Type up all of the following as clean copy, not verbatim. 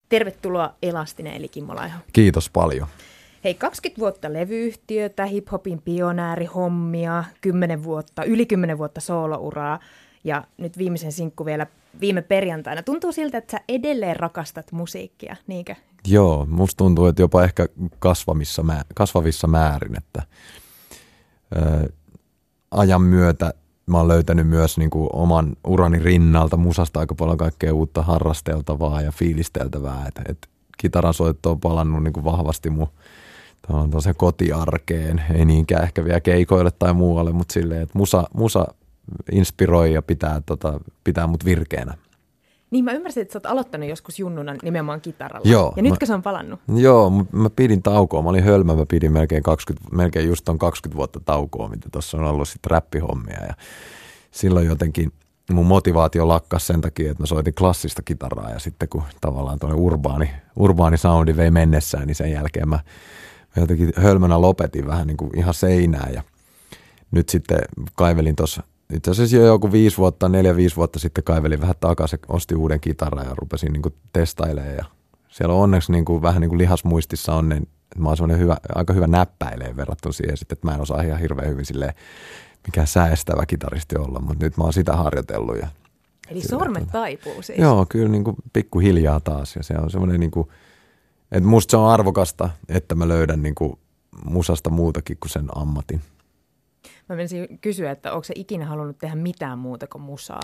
Tervetuloa Elastinen eli Kimmo Laiho. Kiitos paljon. Hei, 20 vuotta levyyhtiötä, hip-hopin pioneerihommia, yli 10 vuotta soolouraa ja nyt viimeisen sinkku vielä viime perjantaina. Tuntuu siltä, että sä edelleen rakastat musiikkia, niinkö? Joo, musta tuntuu, että jopa ehkä kasvavissa määrin, että ajan myötä mä oon löytänyt myös niin kuin oman urani rinnalta musasta aika paljon kaikkea uutta harrasteltavaa ja fiilisteltävää. Et kitaran soitto on palannut niin kuin vahvasti mun kotiarkeen. Ei niinkään ehkä vielä keikoille tai muualle, mutta silleen, että musa inspiroi ja pitää mut virkeänä. Niin mä ymmärsin, että sä oot aloittanut joskus junnuna nimenomaan kitaralla. Joo, ja nytkö se on palannut? Joo, mä pidin taukoa. Mä olin hölmä, mä pidin melkein just on 20 vuotta taukoa, mitä tuossa on ollut sitten räppihommia. Ja silloin jotenkin mun motivaatio lakkasi sen takia, että mä soitin klassista kitaraa. Ja sitten kun tavallaan tuollainen urbaani soundi vei mennessään, niin sen jälkeen mä jotenkin hölmänä lopetin vähän niin kuin ihan seinään. Ja nyt sitten kaivelin tuossa. Itse asiassa jo joku 4-5 vuotta sitten kaivelin vähän takaisin, ostin uuden kitaran ja rupesin niin kuin testailemaan. Ja siellä on onneksi niin kuin, vähän niin kuin lihasmuistissa on, että mä oon semmoinen aika hyvä näppäilee verrattuna siihen, että mä en osaa ihan hirveän hyvin silleen mikään säästävä kitaristi olla, mutta nyt mä oon sitä harjoitellut. Eli sormet taipuu siis? Joo, kyllä niin kuin pikkuhiljaa taas ja se on semmoinen, niin kuin, että musta se on arvokasta, että mä löydän niin kuin musasta muutakin kuin sen ammatin. Mä menisin kysyä, että onko se ikinä halunnut tehdä mitään muuta kuin musaa?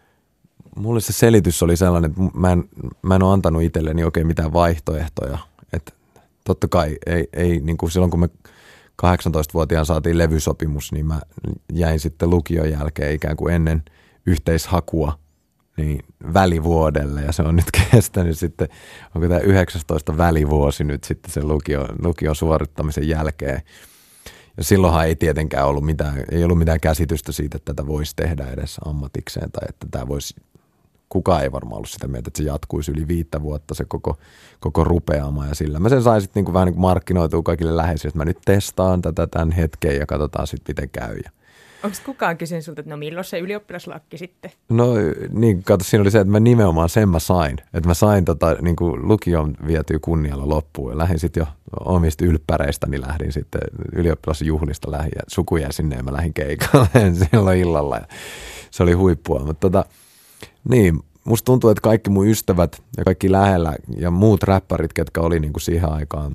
Mulle se selitys oli sellainen, että mä en ole antanut itselleni oikein mitään vaihtoehtoja. Että totta kai ei niin kuin silloin, kun me 18-vuotiaan saatiin levysopimus, niin mä jäin sitten lukion jälkeen ikään kuin ennen yhteishakua niin välivuodelle. Ja se on nyt kestänyt sitten, onko tämä 19 välivuosi nyt sitten sen lukion suorittamisen jälkeen. Ja silloinhan ei tietenkään ollut mitään käsitystä siitä, että tätä voisi tehdä edes ammatikseen tai että tämä voisi, kukaan ei varmaan ollut sitä mieltä, että se jatkuisi yli 5 vuotta se koko rupeama ja sillä. Mä sen sain sitten vähän niin kuin markkinoitua kaikille läheisille, että mä nyt testaan tätä tämän hetken ja katsotaan sitten miten käy. Onko kukaan kysynyt sulta, että no milloin se ylioppilaslakki sitten? No niin, kato, siinä oli se, että mä nimenomaan sen mä sain. Että mä sain niin kuin lukion vietyä kunnialla loppuun ja lähdin sitten jo omista ylppäreistäni lähdin sitten ylioppilasjuhlista ja suku jäi sinne ja mä lähdin keikalle silloin illalla ja se oli huippua. Mutta niin, musta tuntuu, että kaikki mun ystävät ja kaikki lähellä ja muut räppärit, ketkä oli niin kuin siihen aikaan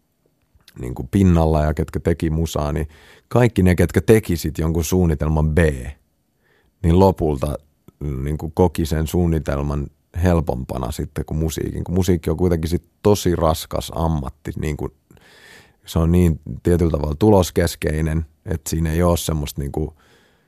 niin kuin pinnalla ja ketkä teki musaa, niin kaikki ne, ketkä teki sit jonkun suunnitelman B, niin lopulta niin kuin koki sen suunnitelman helpompana sitten kuin musiikin. Kun musiikki on kuitenkin sit tosi raskas ammatti, niin kuin se on niin tietyllä tavalla tuloskeskeinen, että siinä ei ole semmoista niin kuin,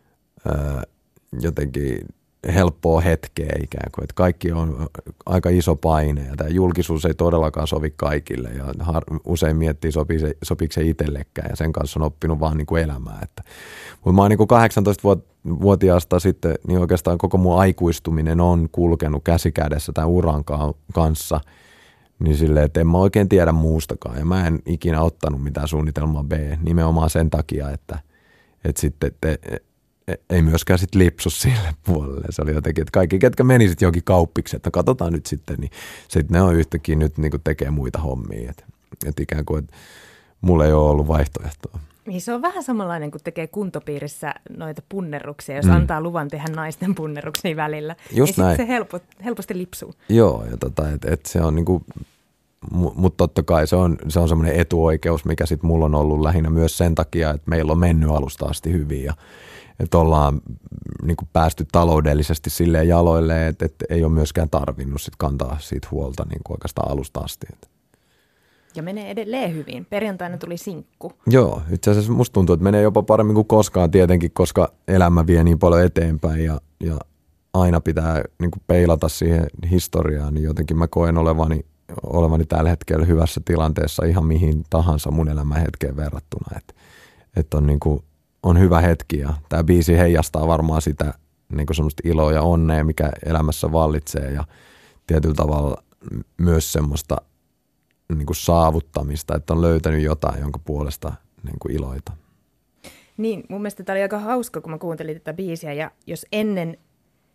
jotenkin helppoa hetkeä ikään kuin, että kaikki on aika iso paine ja tämä julkisuus ei todellakaan sovi kaikille ja usein miettii sopiiko se itsellekään ja sen kanssa on oppinut vaan niin kuin elämää. Mutta mä oon niin kuin 18-vuotiaasta sitten, niin oikeastaan koko mun aikuistuminen on kulkenut käsi kädessä tämän uran kanssa, niin silleen, että en mä oikein tiedä muustakaan ja mä en ikinä ottanut mitään suunnitelmaa B nimenomaan sen takia, että sitten ei myöskään sit lipsu sille puolelle. Se oli jotenkin, että kaikki, ketkä meni sitten johonkin kauppiksi, että katsotaan nyt sitten, niin sitten ne on yhtäkkiä nyt niin kuin tekee muita hommia. Että ikään kuin, että mulla ei ole ollut vaihtoehtoa. Niin se on vähän samanlainen, kun tekee kuntopiirissä noita punnerruksia, jos antaa luvan tehdä naisten punnerruksia välillä. Just niin näin. Sitten se helposti lipsuu. Joo, ja että se on niin kuin, mutta totta kai se on semmoinen etuoikeus, mikä sitten mulla on ollut lähinnä myös sen takia, että meillä on mennyt alusta asti hyvin ja että ollaan niin kuin päästy taloudellisesti silleen jaloille, että ei ole myöskään tarvinnut sit kantaa siitä huolta niin kuin oikeastaan alusta asti. Ja menee edelleen hyvin. Perjantaina tuli sinkku. Joo, itse asiassa musta tuntuu, että menee jopa paremmin kuin koskaan tietenkin, koska elämä vie niin paljon eteenpäin ja aina pitää niin kuin peilata siihen historiaan, niin jotenkin mä koen olevani tällä hetkellä hyvässä tilanteessa ihan mihin tahansa mun elämän hetkeen verrattuna. Että on niin kuin on hyvä hetki ja tämä biisi heijastaa varmaan sitä niin kuin semmoista iloa ja onnea, mikä elämässä vallitsee ja tietyllä tavalla myös semmoista niin kuin saavuttamista, että on löytänyt jotain, jonka puolesta niin kuin iloita. Niin, mun mielestä tämä oli aika hauska, kun mä kuuntelin tätä biisiä ja jos ennen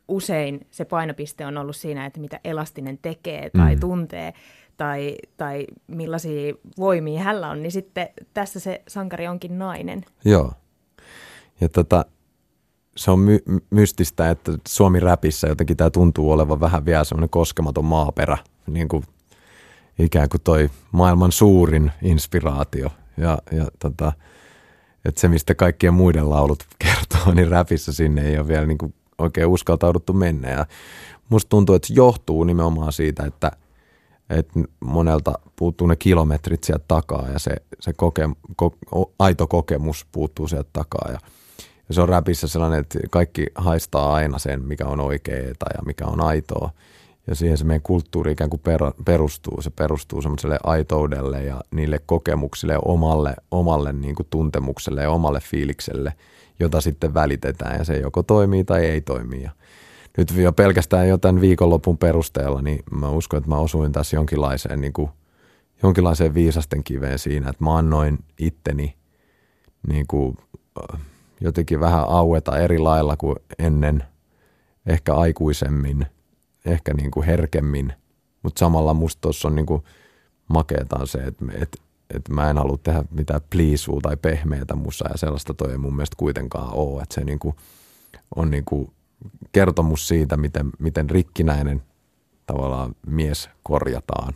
usein se painopiste on ollut siinä, että mitä Elastinen tekee tai tuntee tai millaisia voimia hänellä on, niin sitten tässä se sankari onkin nainen. Joo. Ja se on mystistä, että Suomi-räpissä jotenkin tämä tuntuu olevan vähän vielä semmoinen koskematon maaperä, niin kuin ikään kuin toi maailman suurin inspiraatio. Että se, mistä kaikkien muiden laulut kertoo, niin räpissä sinne ei ole vielä niin kuin oikein uskaltauduttu mennä. Ja musta tuntuu, että se johtuu nimenomaan siitä, että monelta puuttuu ne kilometrit sieltä takaa ja se aito kokemus puuttuu sieltä takaa. Ja se on räpissä sellainen, että kaikki haistaa aina sen, mikä on oikeaa ja mikä on aitoa. Ja siihen se meidän kulttuuri ikään kuin perustuu. Se perustuu semmoiselle aitoudelle ja niille kokemuksille ja omalle niin kuin tuntemukselle ja omalle fiilikselle, jota sitten välitetään. Ja se joko toimii tai ei toimi. Ja nyt jo pelkästään jo tämän viikonlopun perusteella, niin mä uskon, että mä osuin tässä jonkinlaiseen viisasten kiveen siinä, että mä annoin itteni niin kuin jotenkin vähän aueta eri lailla kuin ennen, ehkä aikuisemmin, ehkä niin kuin herkemmin, mutta samalla musta tuossa on niin kuin makeetaan se, että mä en halua tehdä mitään pliisua tai pehmeätä musaa ja sellaista toi ei mun mielestä kuitenkaan ole, että se niin kuin on niin kuin kertomus siitä, miten rikkinäinen tavallaan mies korjataan.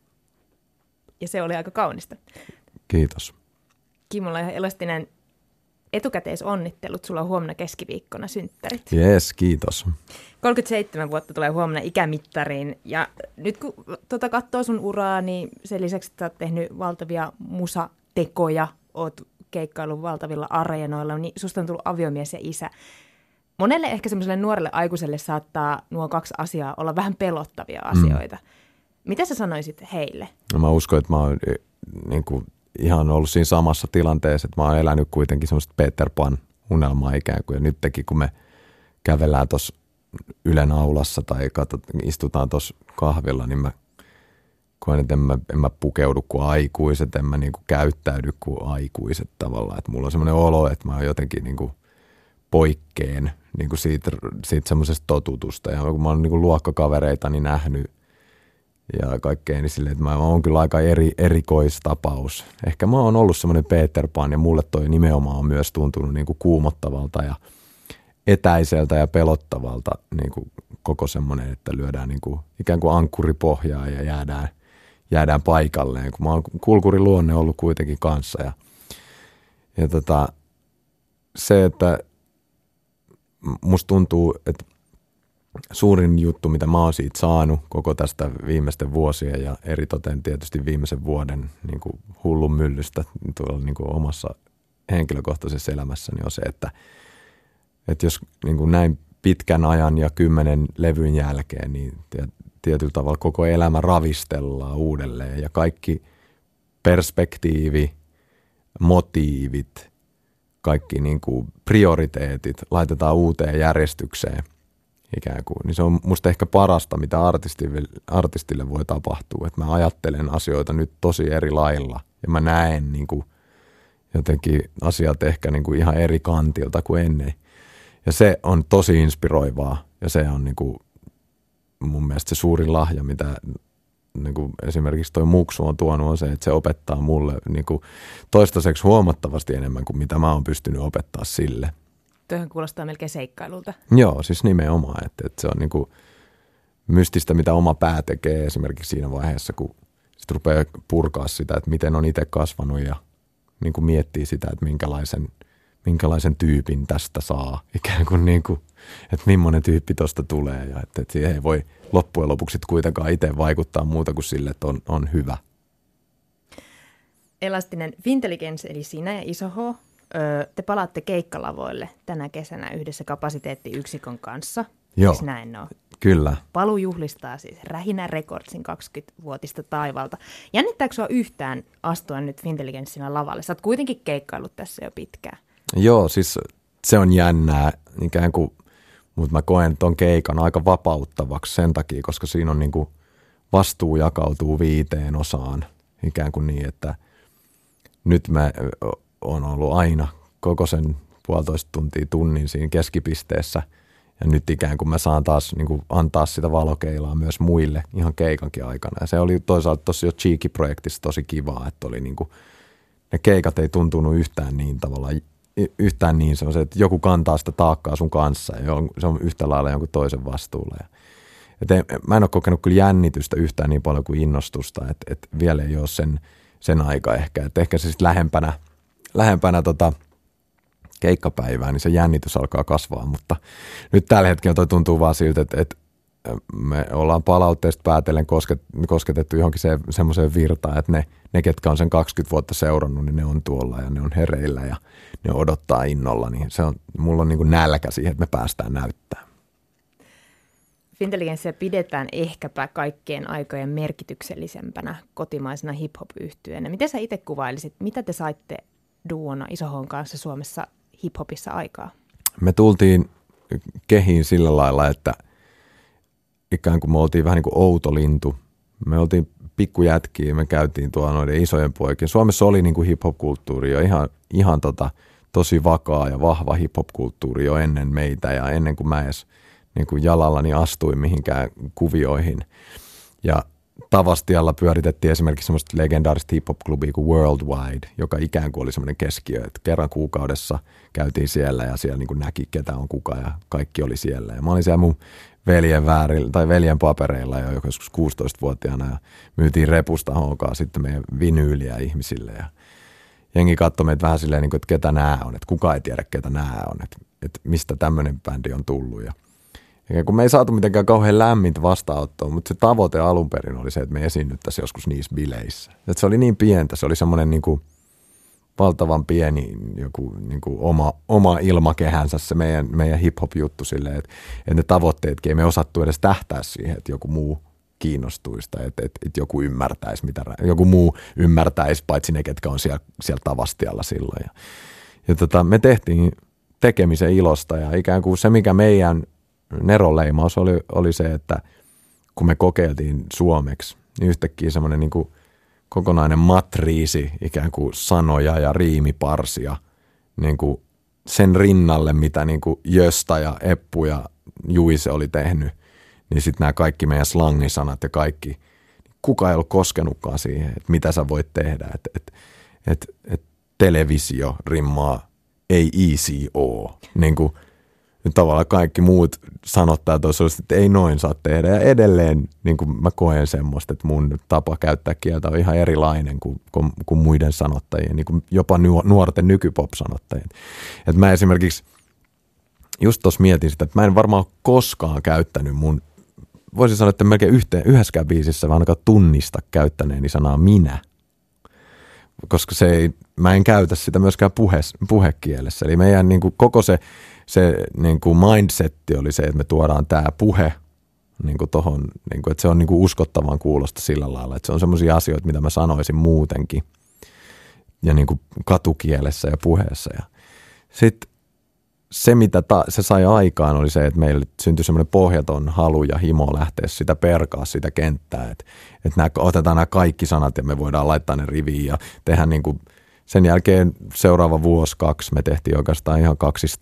Ja se oli aika kaunista. Kiitos. Kimmola ihan Elastinen, etukäteisonnittelut. Sulla on huomenna keskiviikkona synttärit. Jees, kiitos. 37 vuotta tulee huomenna ikämittariin. Ja nyt kun katsoo sun uraa, niin sen lisäksi, että oot tehnyt valtavia musatekoja, oot keikkaillut valtavilla areenoilla, niin susta on tullut aviomies ja isä. Monelle ehkä semmoiselle nuorelle aikuiselle saattaa nuo kaksi asiaa olla vähän pelottavia asioita. Mitä sä sanoisit heille? No mä uskon, että mä oon niin kuin ihan ollut siinä samassa tilanteessa, että mä oon elänyt kuitenkin semmoista Peter Pan-unelmaa ikään kuin. Ja nytkin, kun me kävellään tuossa Ylen aulassa tai istutaan tuossa kahvilla, niin mä koen, että en mä pukeudu kuin aikuiset, en mä niin kuin käyttäydy kuin aikuiset tavallaan. Että mulla on semmoinen olo, että mä oon jotenkin niin kuin poikkeen niin kuin siitä semmoisesta totutusta. Ja kun mä oon niin kuin luokkakavereitani nähnyt ja kaikkea, niin silleen, että mä oon kyllä aika erikoistapaus. Ehkä mä oon ollut semmoinen Peter Pan ja mulle toi nimenomaan on myös tuntunut niin kuin kuumottavalta ja etäiseltä ja pelottavalta niin kuin koko semmoinen, että lyödään niin kuin ikään kuin ankkuri pohjaa ja jäädään paikalleen, kun mä oon kulkurin luonne ollut kuitenkin kanssa. Ja se, että musta tuntuu, että suurin juttu, mitä mä oon siitä saanut koko tästä viimeisten vuosien ja eritoten tietysti viimeisen vuoden niin kuin hullun myllystä tuolla niin kuin omassa henkilökohtaisessa elämässäni on se, että jos niin kuin näin pitkän ajan ja 10 levyn jälkeen, niin tietyllä tavalla koko elämä ravistellaan uudelleen ja kaikki perspektiivi, motiivit, kaikki niin kuin prioriteetit laitetaan uuteen järjestykseen ikään kuin. Niin se on musta ehkä parasta, mitä artistille voi tapahtua, että mä ajattelen asioita nyt tosi eri lailla ja mä näen niin kuin jotenkin asiat ehkä niin kuin ihan eri kantilta kuin ennen. Ja se on tosi inspiroivaa ja se on niin kuin mun mielestä se suurin lahja, mitä niin kuin esimerkiksi toi Muksu on tuonut, on se, että se opettaa mulle niin kuin toistaiseksi huomattavasti enemmän kuin mitä mä oon pystynyt opettaa sille. Tuohon kuulostaa melkein seikkailulta. Joo, siis nimenomaan, että se on niin kuin mystistä, mitä oma pää tekee esimerkiksi siinä vaiheessa, kun sit rupeaa purkaa sitä, että miten on itse kasvanut ja niin kuin miettii sitä, että minkälaisen tyypin tästä saa, ikään kuin, että millainen tyyppi tuosta tulee ja että siihen ei voi loppujen lopuksi kuitenkaan itse vaikuttaa muuta kuin sille, että on hyvä. Elastinen Fintelligence, eli sinä ja Iso H, te palaatte keikkalavoille tänä kesänä yhdessä kapasiteettiyksikön kanssa. Joo, siis näin on. Kyllä. Paluu juhlistaa siis Rähinä Recordsin 20-vuotista taivalta. Jännittääkö sinua yhtään astua nyt Fintelligencenä lavalle? Sä oot kuitenkin keikkaillut tässä jo pitkään. Joo, siis se on jännää ikään kuin, mutta mä koen ton keikan aika vapauttavaksi sen takia, koska siinä on niin kuin vastuu jakautuu 5 osaan. Ikään kuin niin, että nyt mä oon ollut aina koko sen 1,5 tunnin siinä keskipisteessä Ja nyt ikään kuin mä saan taas niin kuin antaa sitä valokeilaa myös muille ihan keikankin aikana. Ja se oli toisaalta tuossa jo Cheeky-projektissa tosi kivaa, että oli niin kuin, ne keikat ei tuntunut yhtään niin tavallaan, yhtään niin semmoiset, että joku kantaa sitä taakkaa sun kanssa ja se on yhtä lailla jonkun toisen vastuulla. Mä en ole kokenut kyllä jännitystä yhtään niin paljon kuin innostusta, että vielä ei ole sen aika ehkä. Että ehkä se sitten lähempänä keikkapäivää, niin se jännitys alkaa kasvaa, mutta nyt tällä hetkellä toi tuntuu vaan siltä, että me ollaan palautteesta päätellen kosketettu johonkin semmoiseen virtaan, että ne, ketkä on sen 20 vuotta seurannut, niin ne on tuolla ja ne on hereillä ja ne odottaa innolla, niin mulla on niin kuin nälkä siihen, että me päästään näyttämään. Fintelligenssiä pidetään ehkäpä kaikkien aikojen merkityksellisempänä kotimaisena hip-hop-yhtyeenä. Miten sä itse kuvailisit, mitä te saitte duona Iso H:n kanssa Suomessa hip-hopissa aikaa? Me tultiin kehiin sillä lailla, että ikään kuin me oltiin vähän niin kuin outo lintu. Me oltiin pikkujätkiä ja me käytiin tuolla noiden isojen poikien. Suomessa oli niin kuin hip-hop-kulttuuri jo ihan tosi vakaa ja vahva hip-hop-kulttuuri jo ennen meitä ja ennen kuin mä edes niin kuin jalallani astuin mihinkään kuvioihin. Ja Tavastialla pyöritettiin esimerkiksi semmoista legendaarista hip-hop-klubia kuin Worldwide, joka ikään kuin oli semmoinen keskiö, että kerran kuukaudessa käytiin siellä ja siellä niin kuin näki, ketä on kuka ja kaikki oli siellä. Ja mä olin siellä mun veljen papereilla jo joskus 16-vuotiaana ja myytiin repusta honkaa sitten meidän vinyyliä ihmisille. Ja jengi katsoi meitä vähän silleen, että ketä nämä on, että kuka ei tiedä, ketä nämä on, että mistä tämmöinen bändi on tullut. Ja kun me ei saatu mitenkään kauhean lämmintä vastaanottoa, mutta se tavoite alun perin oli se, että me esiinnyttäisiin joskus niissä bileissä. Että se oli niin pientä, se oli semmoinen niin kuin valtavan pieni joku niin kuin oma ilmakehänsä se meidän hip-hop-juttu silleen, että ne tavoitteetkin ei me osattu edes tähtää siihen, että joku muu kiinnostuisi tai että joku ymmärtäisi, joku muu ymmärtäisi, paitsi ne, ketkä on siellä Tavastialla silloin. Ja me tehtiin tekemisen ilosta ja ikään kuin se, mikä meidän neronleimaus oli se, että kun me kokeiltiin suomeksi, niin yhtäkkiä semmoinen niin kuin kokonainen matriisi, ikään kuin sanoja ja riimiparsia, niin kuin sen rinnalle, mitä niin kuin Jösta ja Eppu ja Juise oli tehnyt, niin sitten nämä kaikki meidän slangisanat ja kaikki, kuka ei ollut koskenutkaan siihen, että mitä sä voit tehdä, että televisio rimmaa ei ECO, niin kuin tavallaan kaikki muut sanottaa tuossa, että ei noin saa tehdä. Ja edelleen niin kuin mä koen semmoista, että mun tapa käyttää kieltä on ihan erilainen kuin muiden sanottajien, niin kuin jopa nuorten nykypop-sanottajien. Että mä esimerkiksi just tuossa mietin sitä, että mä en varmaan koskaan käyttänyt voisin sanoa, että melkein yhdessäkään biisissä vaan ainakaan tunnista käyttäneeni sanaa minä. Koska mä en käytä sitä myöskään puhekielessä. Eli meidän niin kuin koko se niin kuin mindsetti oli se, että me tuodaan tämä puhe niin kuin tohon, niin kuin, että se on niin kuin uskottavan kuulosta sillä lailla, että se on semmoisia asioita, mitä mä sanoisin muutenkin ja niin kuin katukielessä ja puheessa. Ja sitten se, mitä se sai aikaan, oli se, että meille syntyi semmoinen pohjaton halu ja himo lähteä sitä perkaa sitä kenttää, että otetaan nämä kaikki sanat ja me voidaan laittaa ne riviin ja tehdä niin kuin sen jälkeen seuraava vuosi, 2 me tehtiin oikeastaan ihan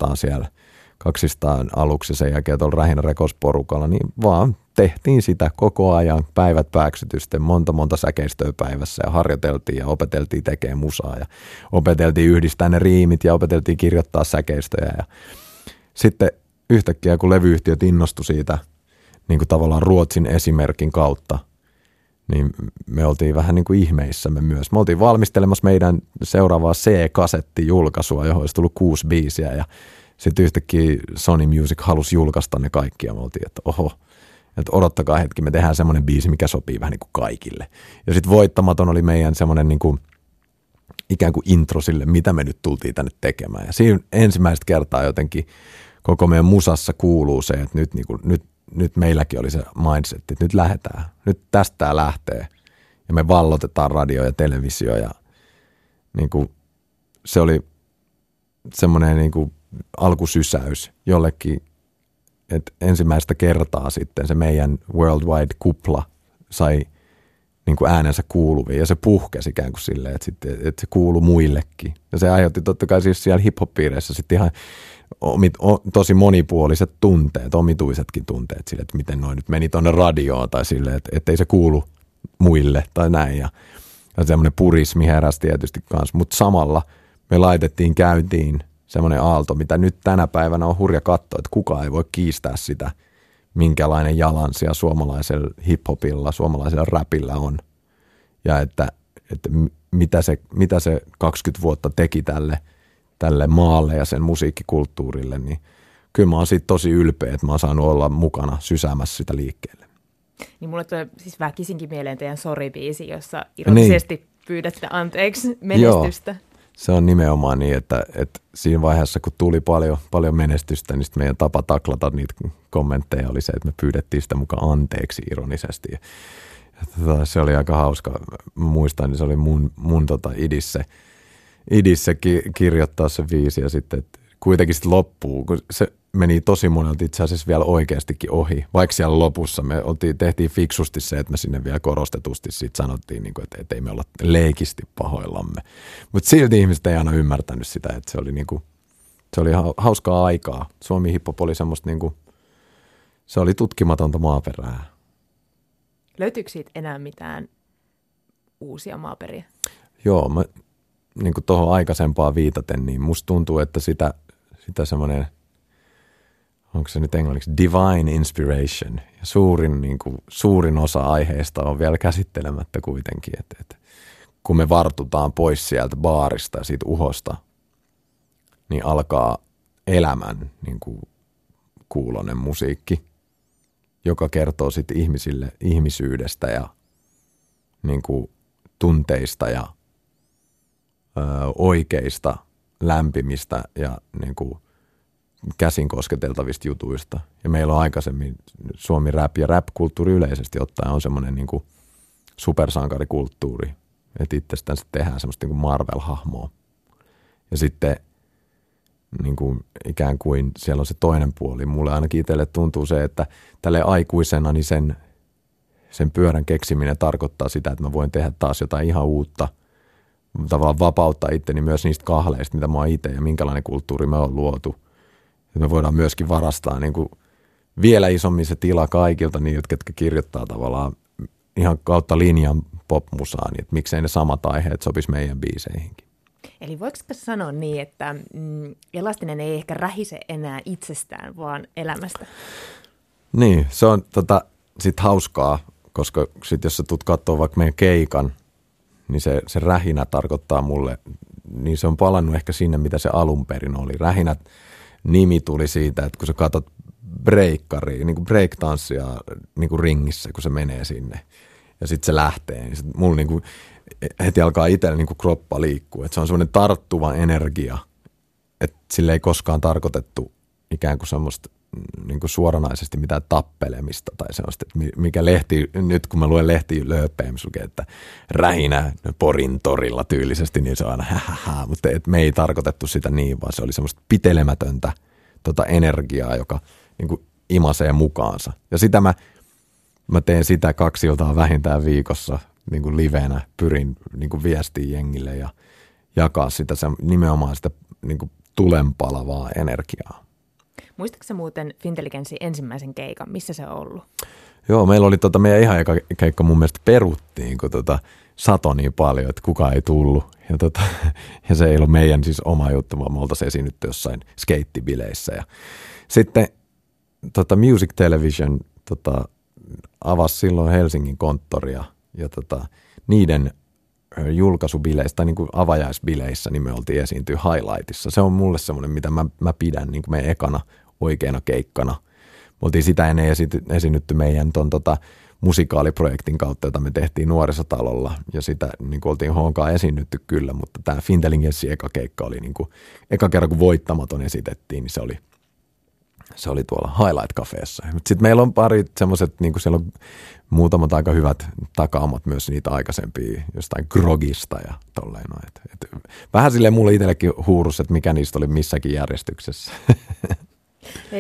kaksistaan aluksi sen jälkeen tuolla Rähinä Records-porukalla, niin vaan tehtiin sitä koko ajan päivät pääksytysten, monta säkeistöä päivässä ja harjoiteltiin ja opeteltiin tekemään musaa ja opeteltiin yhdistää ne riimit ja opeteltiin kirjoittaa säkeistöjä ja sitten yhtäkkiä kun levyyhtiöt innostui siitä niin kuin tavallaan Ruotsin esimerkin kautta, niin me oltiin vähän niin kuin ihmeissämme myös. Me oltiin valmistelemassa meidän seuraavaa C-kasettijulkaisua, johon olisi tullut 6 biisiä ja sitten yhtäkkiä Sony Music halusi julkaista ne kaikki ja me oltiin, että oho, että odottakaa hetki, me tehdään semmoinen biisi, mikä sopii vähän niin kuin kaikille. Ja sitten Voittamaton oli meidän semmoinen niin kuin ikään kuin intro sille, mitä me nyt tultiin tänne tekemään. Ja siinä ensimmäistä kertaa jotenkin koko meidän musassa kuuluu se, että nyt meilläkin oli se mindset, että nyt lähdetään, nyt tästä tää lähtee. Ja me vallotetaan radio ja televisio ja niin kuin, se oli semmoinen niin kuin alkusysäys jollekin, että ensimmäistä kertaa sitten se meidän Worldwide-kupla sai niin kuin äänensä kuuluviin ja se puhkesi ikään kuin silleen, että se kuului muillekin. Ja se aiheutti totta kai siis siellä hip-hop-piireissä sitten ihan tosi monipuoliset tunteet, omituisetkin tunteet sille, että miten noi nyt meni tuonne radioon tai silleen, että ei se kuulu muille tai näin. Ja semmoinen purismi heräsi tietysti kanssa, mutta samalla me käyntiin semmoinen aalto, mitä nyt tänä päivänä on hurja katsoa, että kukaan ei voi kiistää sitä, minkälainen jalansija suomalaisella hiphopilla, suomalaisella räpillä on. Ja että mitä se 20 vuotta teki tälle maalle ja sen musiikkikulttuurille, niin kyllä mä oon siitä tosi ylpeä, että mä oon saanut olla mukana sysäämässä sitä liikkeelle. Niin mulle tulee siis väkisinkin mieleen teidän Sori-biisi, jossa ironisesti pyydätte anteeksi menestystä. Joo, se on nimenomaan niin, että siinä vaiheessa, kun tuli paljon menestystä, niin meidän tapa taklata niitä kommentteja oli se, että me pyydettiin sitä mukaan anteeksi ironisesti. Ja se oli aika hauska. Mä muistan, niin se oli mun idissä kirjoittaa se biisi ja sitten että kuitenkin sitten loppuu, kun se meni tosi monelta itse asiassa vielä oikeastikin ohi. Vaikka siellä lopussa me tehtiin fiksusti se, että me sinne vielä korostetusti siitä sanottiin, että ei me olla leikisti pahoillamme. Mutta silti ihmiset ei aina ymmärtänyt sitä, että se oli hauskaa aikaa. Suomi hiphop oli semmoista se oli tutkimatonta maaperää. Löytyykö siitä enää mitään uusia maaperiä? Joo, mä niin kuin tuohon aikaisempaan viitaten, niin musta tuntuu, että sitä semmoinen, onko se nyt englanniksi, divine inspiration. Ja suurin osa aiheesta on vielä käsittelemättä kuitenkin, että kun me vartutaan pois sieltä baarista ja siitä uhosta, niin alkaa elämän niin kuin kuulonen musiikki, joka kertoo sitten ihmisille ihmisyydestä ja niin kuin tunteista ja oikeista, lämpimistä ja niin kuin käsin kosketeltavista jutuista. Ja meillä on aikaisemmin Suomi rap ja rap-kulttuuri yleisesti ottaen on semmoinen niin kuin supersankarikulttuuri, että itsestään se tehdään semmoista niin kuin Marvel-hahmoa. Ja sitten niin kuin ikään kuin siellä on se toinen puoli. Mulle ainakin itselle tuntuu se, että tälle aikuisena niin sen pyörän keksiminen tarkoittaa sitä, että mä voin tehdä taas jotain ihan uutta, tavallaan vapauttaa itteni myös niistä kahleista, mitä mä oon itse ja minkälainen kulttuuri me on luotu. Että me voidaan myöskin varastaa niin kuin vielä isommin se tila kaikilta niiltä, ketkä kirjoittaa tavallaan ihan kautta linjan popmusaa, niin että miksei ne samat aiheet sopisi meidän biiseihinkin. Eli voiko sanoa niin, että Elastinen ei ehkä rähise enää itsestään, vaan elämästä? Niin, se on sit hauskaa, koska sit jos sä tulet katsoa vaikka meidän keikan, niin se rähinä tarkoittaa mulle, niin se on palannut ehkä sinne, mitä se alun perin oli. Rähinät nimi tuli siitä, että kun sä katsot breikkaria, niin kuin breaktanssia niin kuin ringissä, kun se menee sinne ja sitten se lähtee, niin sit mulla niin kuin heti alkaa itsellä niin kuin kroppa liikkua. Että se on semmoinen tarttuva energia, että sille ei koskaan tarkoitettu ikään kuin semmoista niin kuin suoranaisesti mitään tappelemista tai semmoista, että mikä lehti, nyt kun mä luen lehtilööppejä, missä lukee, että rähinä Porin torilla tyylisesti, niin se on aina hähähä, mutta me ei tarkoitettu sitä niin, vaan se oli semmoista pitelemätöntä energiaa, joka niin kuin imasee mukaansa. Ja sitä mä teen sitä 2 iltaa vähintään viikossa niin kuin livenä, pyrin niin kuin viestiä jengille ja jakaa sitä nimenomaan sitä niin kuin tulenpalavaa energiaa. Muistatko sä muuten Fintelligenssin ensimmäisen keikan? Missä se on ollut? Joo, meillä oli meidän ihan eka keikka mun mielestä peruttiin, kun satoi niin paljon, että kukaan ei tullut. Ja se ei ollut meidän siis oma juttu, vaan me oltaisiin esiinnytty jossain skeittibileissä. Ja sitten Music Television avasi silloin Helsingin konttoria ja niiden julkaisubileissä tai niin kuin avajaisbileissä niin me oltiin esiintyä Highlightissa. Se on mulle semmoinen, mitä mä pidän niin kuin meidän ekana oikeana keikkana. Me oltiin sitä ennen esiinnytty meidän musikaaliprojektin kautta, jota me tehtiin Nuorisotalolla ja sitä niin kuin oltiin honkaan esiinnytty kyllä, mutta tämä Fintelligenssin eka keikka oli niin kuin, eka kerran kun Voittamaton esitettiin, niin se oli tuolla Highlight Cafeessa. Sitten meillä on pari semmoiset, niin kuin siellä on muutamat aika hyvät takaamat myös niitä aikaisempia jostain Grogista ja tolleen. Vähän silleen mulle itsellekin huurus, että mikä niistä oli missäkin järjestyksessä. Hei,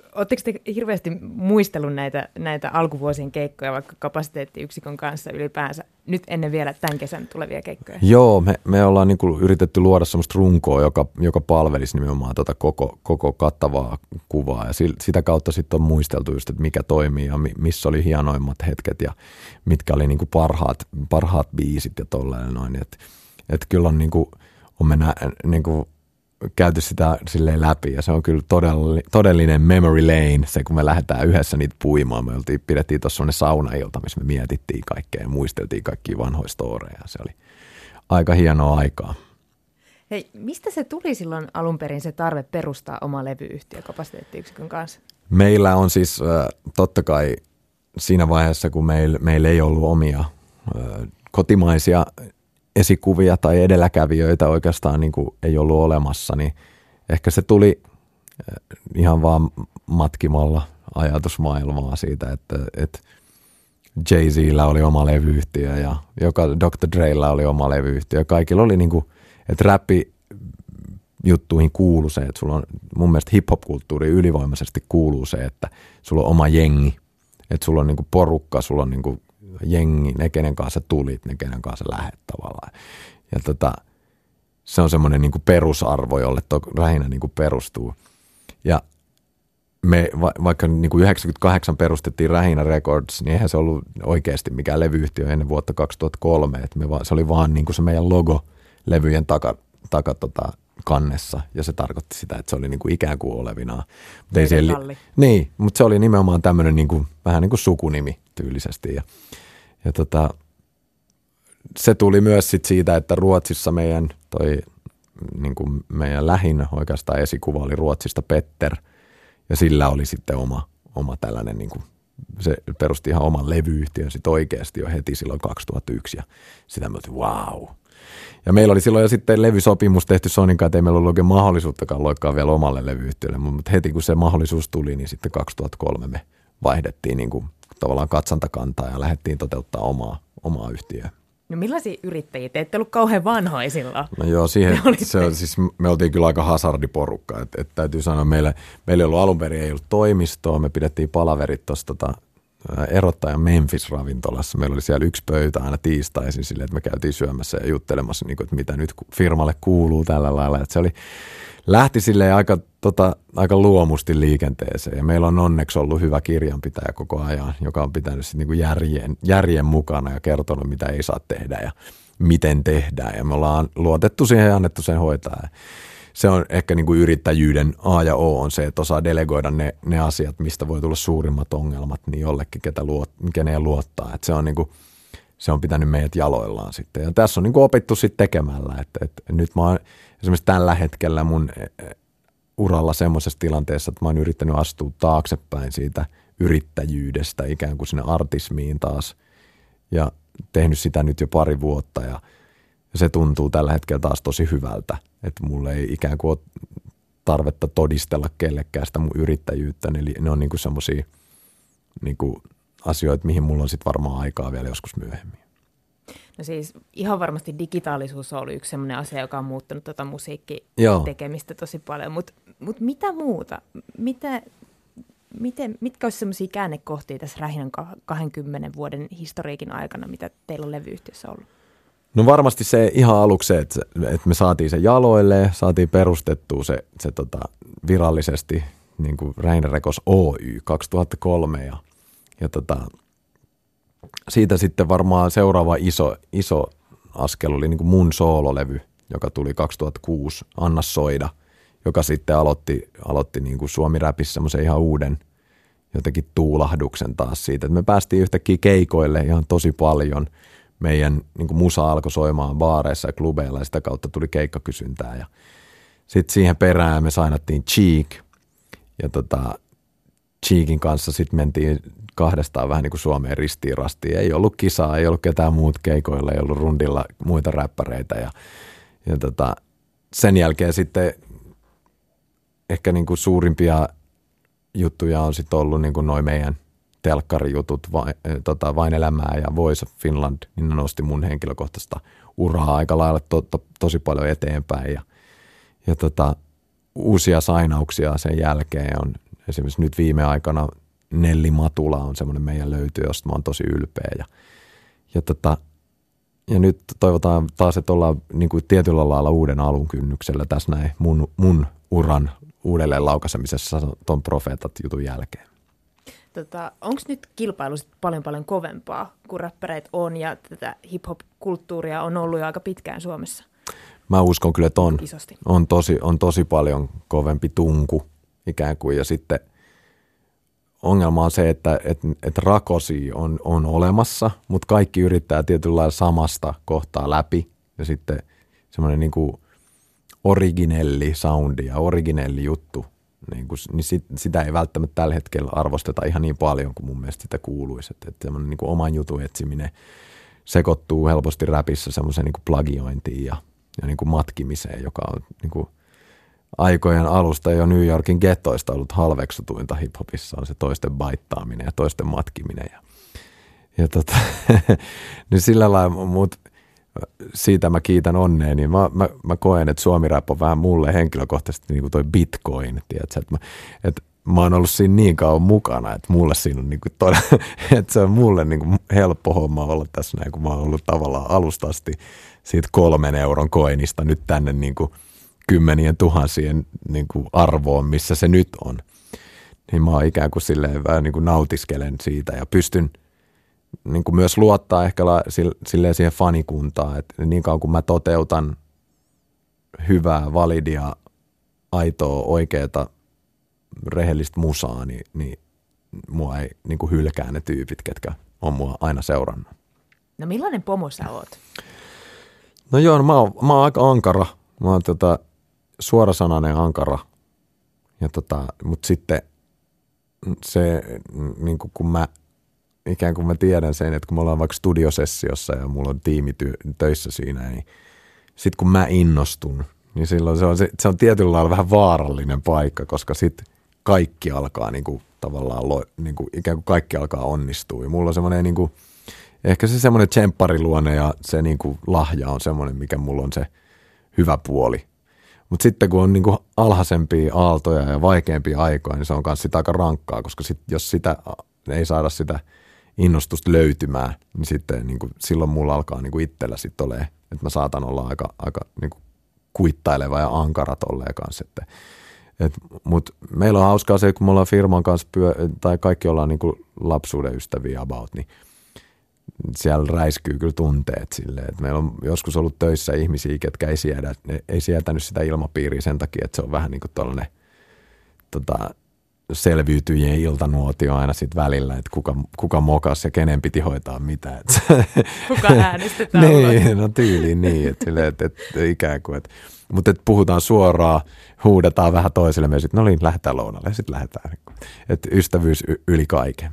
Oletteko te hirveästi muistellut näitä alkuvuosien keikkoja vaikka kapasiteettiyksikön kanssa ylipäänsä nyt ennen vielä tämän kesän tulevia keikkoja? Joo, me ollaan niin kuin yritetty luoda semmoista runkoa, joka palvelisi nimenomaan tuota koko kattavaa kuvaa ja sitä kautta sitten on muisteltu just, että mikä toimii ja missä oli hienoimmat hetket ja mitkä oli niin kuin parhaat biisit ja tolleen noin. Että kyllä on niin kuin, niin kuin käyty sitä silleen läpi ja se on kyllä todellinen memory lane, se kun me lähdetään yhdessä niitä puimaan. Me pidettiin tuossa sellainen saunailta, missä me mietittiin kaikkea ja muisteltiin kaikkia vanhoja storeja. Se oli aika hienoa aikaa. Hei, mistä se tuli silloin alun perin se tarve perustaa oma levyyhtiö kapasiteettiyksikön kanssa? Meillä on siis totta kai siinä vaiheessa, kun meillä ei ollut omia kotimaisia esikuvia tai edelläkävijöitä oikeastaan niin kuin ei ollut olemassa, niin ehkä se tuli ihan vaan matkimalla ajatusmaailmaa siitä, että Jay-Zillä oli oma levyyhtiö ja Dr. Drella oli oma levyyhtiö. Kaikilla oli niin kuin, että räppi-juttuihin kuuluu se, että sulla on mun mielestä hip-hop-kulttuuri ylivoimaisesti kuuluu se, että sulla on oma jengi, että sulla on niin kuin porukka, sulla on niin kuin jengi, ne kenen kanssa tulit, ne kenen kanssa lähet tavallaan. Ja se on semmoinen niin kuin perusarvo, jolle Rähinä niin kuin perustuu. Ja me, vaikka niin kuin 98 perustettiin Rähinä Records, niin eihän se ollut oikeasti mikään levyyhtiö ennen vuotta 2003. Että se oli vaan niin kuin se meidän logo levyjen kannessa, ja se tarkoitti sitä, että se oli niin kuin ikään kuin olevinaan. Niin, mutta se oli nimenomaan tämmöinen niin kuin, vähän niin kuin sukunimi tyylisesti. Ja se tuli myös sit siitä, että Ruotsissa meidän lähin oikeastaan esikuva oli Ruotsista Petter, ja sillä oli sitten oma tällainen, niin kuin, se perusti ihan oman levyyhtiön sit oikeasti jo heti silloin 2001, ja sitä me oltiin wow. Ja meillä oli silloin jo sitten levysopimus tehty Sonin kanssa, että ei meillä ollut oikein mahdollisuuttakaan loikkaa vielä omalle levyyhtiölle, mutta heti kun se mahdollisuus tuli, niin sitten 2003 me vaihdettiin niin kuin tavallaan katsantakantaa ja lähdettiin toteuttaa omaa yhtiöä. No millaisia yrittäjiä? Te ette ollut kauhean vanhoja silloin. No joo, me oltiin kyllä aika hazardiporukka. Et täytyy sanoa, meillä ei ollut alun perin, ei ollut toimistoa, me pidettiin palaverit tuossa erottajan Memphis-ravintolassa. Meillä oli siellä yksi pöytä aina tiistaisin silleen, että me käytiin syömässä ja juttelemassa, niin kuin, että mitä nyt firmalle kuuluu tällä lailla. Että se lähti silleen aika luomusti liikenteeseen ja meillä on onneksi ollut hyvä kirjanpitäjä koko ajan, joka on pitänyt sitten niin kuin järjen mukana ja kertonut, mitä ei saa tehdä ja miten tehdään. Ja me ollaan luotettu siihen ja annettu sen hoitaa. Se on ehkä niin kuin yrittäjyyden A ja O on se, että osaa delegoida ne asiat, mistä voi tulla suurimmat ongelmat, niin jollekin, keneen luottaa. Että se on pitänyt meidät jaloillaan sitten. Ja tässä on niin kuin opittu sitten tekemällä. Että nyt mä oon esimerkiksi tällä hetkellä mun uralla semmoisessa tilanteessa, että mä oon yrittänyt astua taaksepäin siitä yrittäjyydestä ikään kuin sinne artismiin taas. Ja tehnyt sitä nyt jo pari vuotta ja se tuntuu tällä hetkellä taas tosi hyvältä, että mulle ei ikään kuin ole tarvetta todistella kellekään sitä mun yrittäjyyttä. Eli ne on niinku semmoisia niinku asioita, mihin mulla on sitten varmaan aikaa vielä joskus myöhemmin. No siis ihan varmasti digitaalisuus on ollut yksi semmoinen asia, joka on muuttanut musiikkitekemistä tosi paljon, mutta mitä muuta? Mitkä olisi semmoisia käännekohtia tässä Rähinän 20 vuoden historiikin aikana, mitä teillä on levyyhtiössä ollut? No varmasti se ihan aluksi se, että me saatiin se jaloille, saatiin perustettua se virallisesti niin kuin Rähinä Records Oy 2003 ja siitä sitten varmaan seuraava iso askel oli niin kuin mun soololevy, joka tuli 2006, Anna soida, joka sitten aloitti niin kuin Suomi-räpissä semmoisen ihan uuden jotenkin tuulahduksen taas siitä, että me päästiin yhtäkkiä keikoille ihan tosi paljon. Meidän niin kuin musa alkoi soimaan baareissa ja klubeilla ja sitä kautta tuli keikkakysyntää. Ja sitten siihen perään me sainattiin Cheek ja Cheekin kanssa sitten mentiin kahdestaan vähän niin kuin Suomeen ristiin rastiin. Ei ollut kisaa, ei ollut ketään muut keikoilla, ei ollut rundilla muita räppäreitä ja sen jälkeen sitten ehkä niin kuin suurimpia juttuja on sitten ollut niin kuin noi meidän telkkarijutut, Vain elämää ja Voice of Finland, niin ne nosti mun henkilökohtaista uraa aika lailla tosi paljon eteenpäin ja uusia sainauksia sen jälkeen on esimerkiksi nyt viime aikana Nelli Matula on semmoinen meidän löytyy, josta mä oon tosi ylpeä. Ja nyt toivotaan taas, että ollaan niin kuin tietyllä lailla uuden alun kynnyksellä tässä näin mun uran uudelleen laukaisemisessa ton Profeetat-jutun jälkeen. Onko nyt kilpailu paljon kovempaa kuin räppäreitä on ja tätä hip-hop-kulttuuria on ollut jo aika pitkään Suomessa? Mä uskon kyllä, että Isosti. on tosi paljon kovempi tunku ikään kuin ja sitten ongelma on se, että rakosia on olemassa, mutta kaikki yrittää tietyllä lailla samasta kohtaa läpi ja sitten semmoinen niin kuin originelli soundi ja originelli juttu, niin sitä ei välttämättä tällä hetkellä arvosteta ihan niin paljon kuin mun mielestä sitä kuuluisi. Että semmoinen niin kuin oman jutun etsiminen sekoittuu helposti räpissä semmoiseen niin kuin plagiointiin ja niin kuin matkimiseen, joka on niin kuin aikojen alusta jo New Yorkin gettoista ollut halveksutuinta hiphopissa on se toisten baittaaminen ja toisten matkiminen. Niin sillä lailla, mutta siitä mä kiitän onnea, niin mä koen, että Suomi-rap on vähän mulle henkilökohtaisesti niin kuin toi Bitcoin, tiedätkö, että mä oon ollut siinä niin kauan mukana, että mulle siinä on niin kuin että se on mulle niin kuin helppo homma olla tässä näin, kun mä oon ollut tavallaan alusta asti siitä 3 euron koinista nyt tänne niin kuin 10 000 niin kuin arvoon, missä se nyt on. Niin mä oon ikään kuin silleen vähän niin kuin nautiskelen siitä ja pystyn niin kuin myös luottaa ehkä silleen siihen fanikuntaan, että niin kauan kun mä toteutan hyvää, validia, aitoa, oikeata, rehellistä musaa, niin mua ei niin kuin hylkää ne tyypit, ketkä on mua aina seurannut. No millainen pomo sä oot? No joo, mä oon aika ankara. Mä oon suorasanainen ankara. Mutta sitten se, niin kun mä ikään kuin mä tiedän sen, että kun me ollaan vaikka studiosessiossa ja mulla on tiimi töissä siinä, niin sitten kun mä innostun, niin silloin se on tietyllä lailla vähän vaarallinen paikka, koska sitten kaikki alkaa niin kuin, tavallaan niin kuin, ikään kuin kaikki alkaa onnistua. Ja mulla on semmoinen niin kuin, ehkä se semmoinen tsemppariluonne ja se niin kuin lahja on semmoinen, mikä mulla on se hyvä puoli. Mutta sitten kun on niin kuin alhaisempia aaltoja ja vaikeampia aikoja, niin se on myös sitä aika rankkaa, koska jos sitä ei saada sitä innostusta löytymään, niin sitten niin kuin, silloin mulla alkaa niin kuin itsellä sitten olemaan, että mä saatan olla aika niin kuin kuittaileva ja ankara tolleen kanssa. Mutta meillä on hauskaa se, kun me ollaan firman kanssa tai kaikki ollaan niin kuin lapsuuden ystäviä about, niin siellä räiskyy kyllä tunteet silleen, että meillä on joskus ollut töissä ihmisiä, ketkä ei sietänyt sitä ilmapiiriä sen takia, että se on vähän niin kuin tollainen selviytyjien iltanuotio aina sitten välillä, että kuka mokas ja kenen piti hoitaa mitä. Kuka äänestetään. Niin, no tyyliin niin, että ikään kuin, mutta puhutaan suoraan, huudetaan vähän toisille ja sitten no niin, lähdetään lounalle ja sitten lähdetään. Että ystävyys yli kaiken.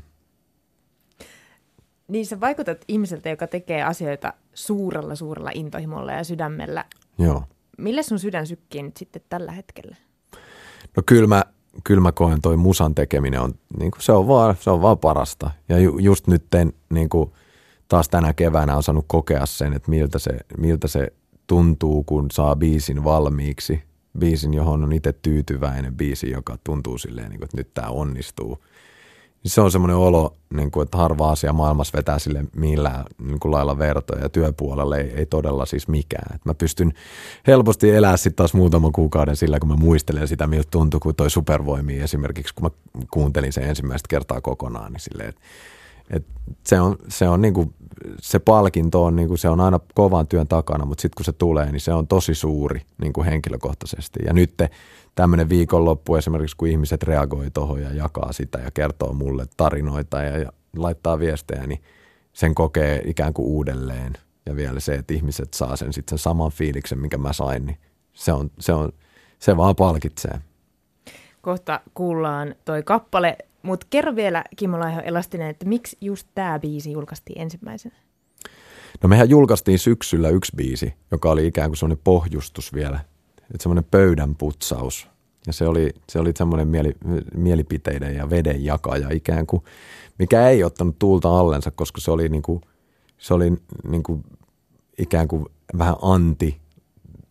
Niin sä vaikutat ihmiseltä, joka tekee asioita suurella intohimolla ja sydämellä. Joo. Millä sun sydän sykkii nyt sitten tällä hetkellä? No kyllä mä koen toi musan tekeminen on, niin kuin se on vaan parasta. Ja just nyt niin kuin taas tänä keväänä on saanut kokea sen, että miltä se tuntuu, kun saa biisin valmiiksi. Biisin, johon on itse tyytyväinen, biisi, joka tuntuu silleen, niin kuin, että nyt tää onnistuu. Se on semmoinen olo, niin kuin, että harva asia maailmassa vetää sille millään niin kuin lailla vertoja ja työpuolelle ei todella siis mikään. Et mä pystyn helposti elämään sitten taas muutaman kuukauden sillä, kun mä muistelen sitä, miltä tuntui, kun toi Supervoimia esimerkiksi, kun mä kuuntelin sen ensimmäistä kertaa kokonaan, niin silleen, että se on niin kuin, se palkinto on, niin kuin, se on aina kovan työn takana, mutta sitten kun se tulee, niin se on tosi suuri niin kuin henkilökohtaisesti. Ja nyt tämmöinen viikonloppu esimerkiksi, kun ihmiset reagoi tuohon ja jakaa sitä ja kertoo mulle tarinoita ja laittaa viestejä, niin sen kokee ikään kuin uudelleen. Ja vielä se, että ihmiset saa sen sitten sen saman fiiliksen, minkä mä sain, niin se vaan palkitsee. Kohta kuullaan toi kappale, mutta kerro vielä Kimmo Laiho-Elastinen, että miksi just tämä biisi julkaistiin ensimmäisenä? No mehän julkaistiin syksyllä yksi biisi, joka oli ikään kuin semmoinen pohjustus vielä. Että semmoinen pöydänputsaus. Ja se oli semmoinen mielipiteiden ja veden jakaja ikään kuin, mikä ei ottanut tuulta allensa, koska se oli ikään kuin vähän anti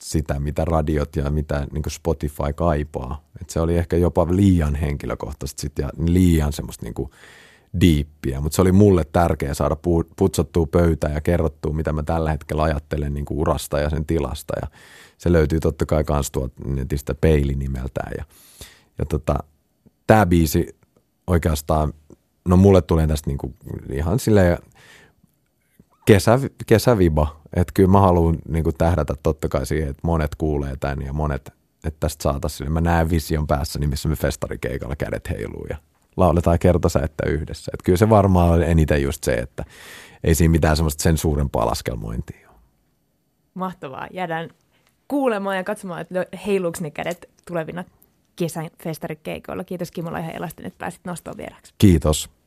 sitä, mitä radiot ja mitä niin kuin Spotify kaipaa. Et se oli ehkä jopa liian henkilökohtaisesti sit ja liian semmoista niin kuin diippiä, mutta se oli mulle tärkeää saada putsattua pöytää ja kerrottua, mitä mä tällä hetkellä ajattelen niin kuin urasta ja sen tilasta. Ja se löytyy totta kai kans tuolta netistä Peili nimeltään. Ja tää biisi oikeastaan, no mulle tulee tästä niin kuin ihan silleen kesäviba, että kyllä mä haluan niin kuin tähdätä totta kai siihen, että monet kuulee tämän ja monet, että tästä saataisiin. Mä näen vision päässäni, missä me festarikeikalla kädet heiluu ja lauletaan kertosäettä yhdessä. Että kyllä se varmaan on eniten just se, että ei siinä mitään semmoista sen suurempaa laskelmointia ole. Mahtavaa. Jäädään kuulemaan ja katsomaan, että heiluuko ne kädet tulevina kesän festarikeikoilla. Kiitos Kimo Laiho Elastin, että pääsit nostoon vieraksi. Kiitos.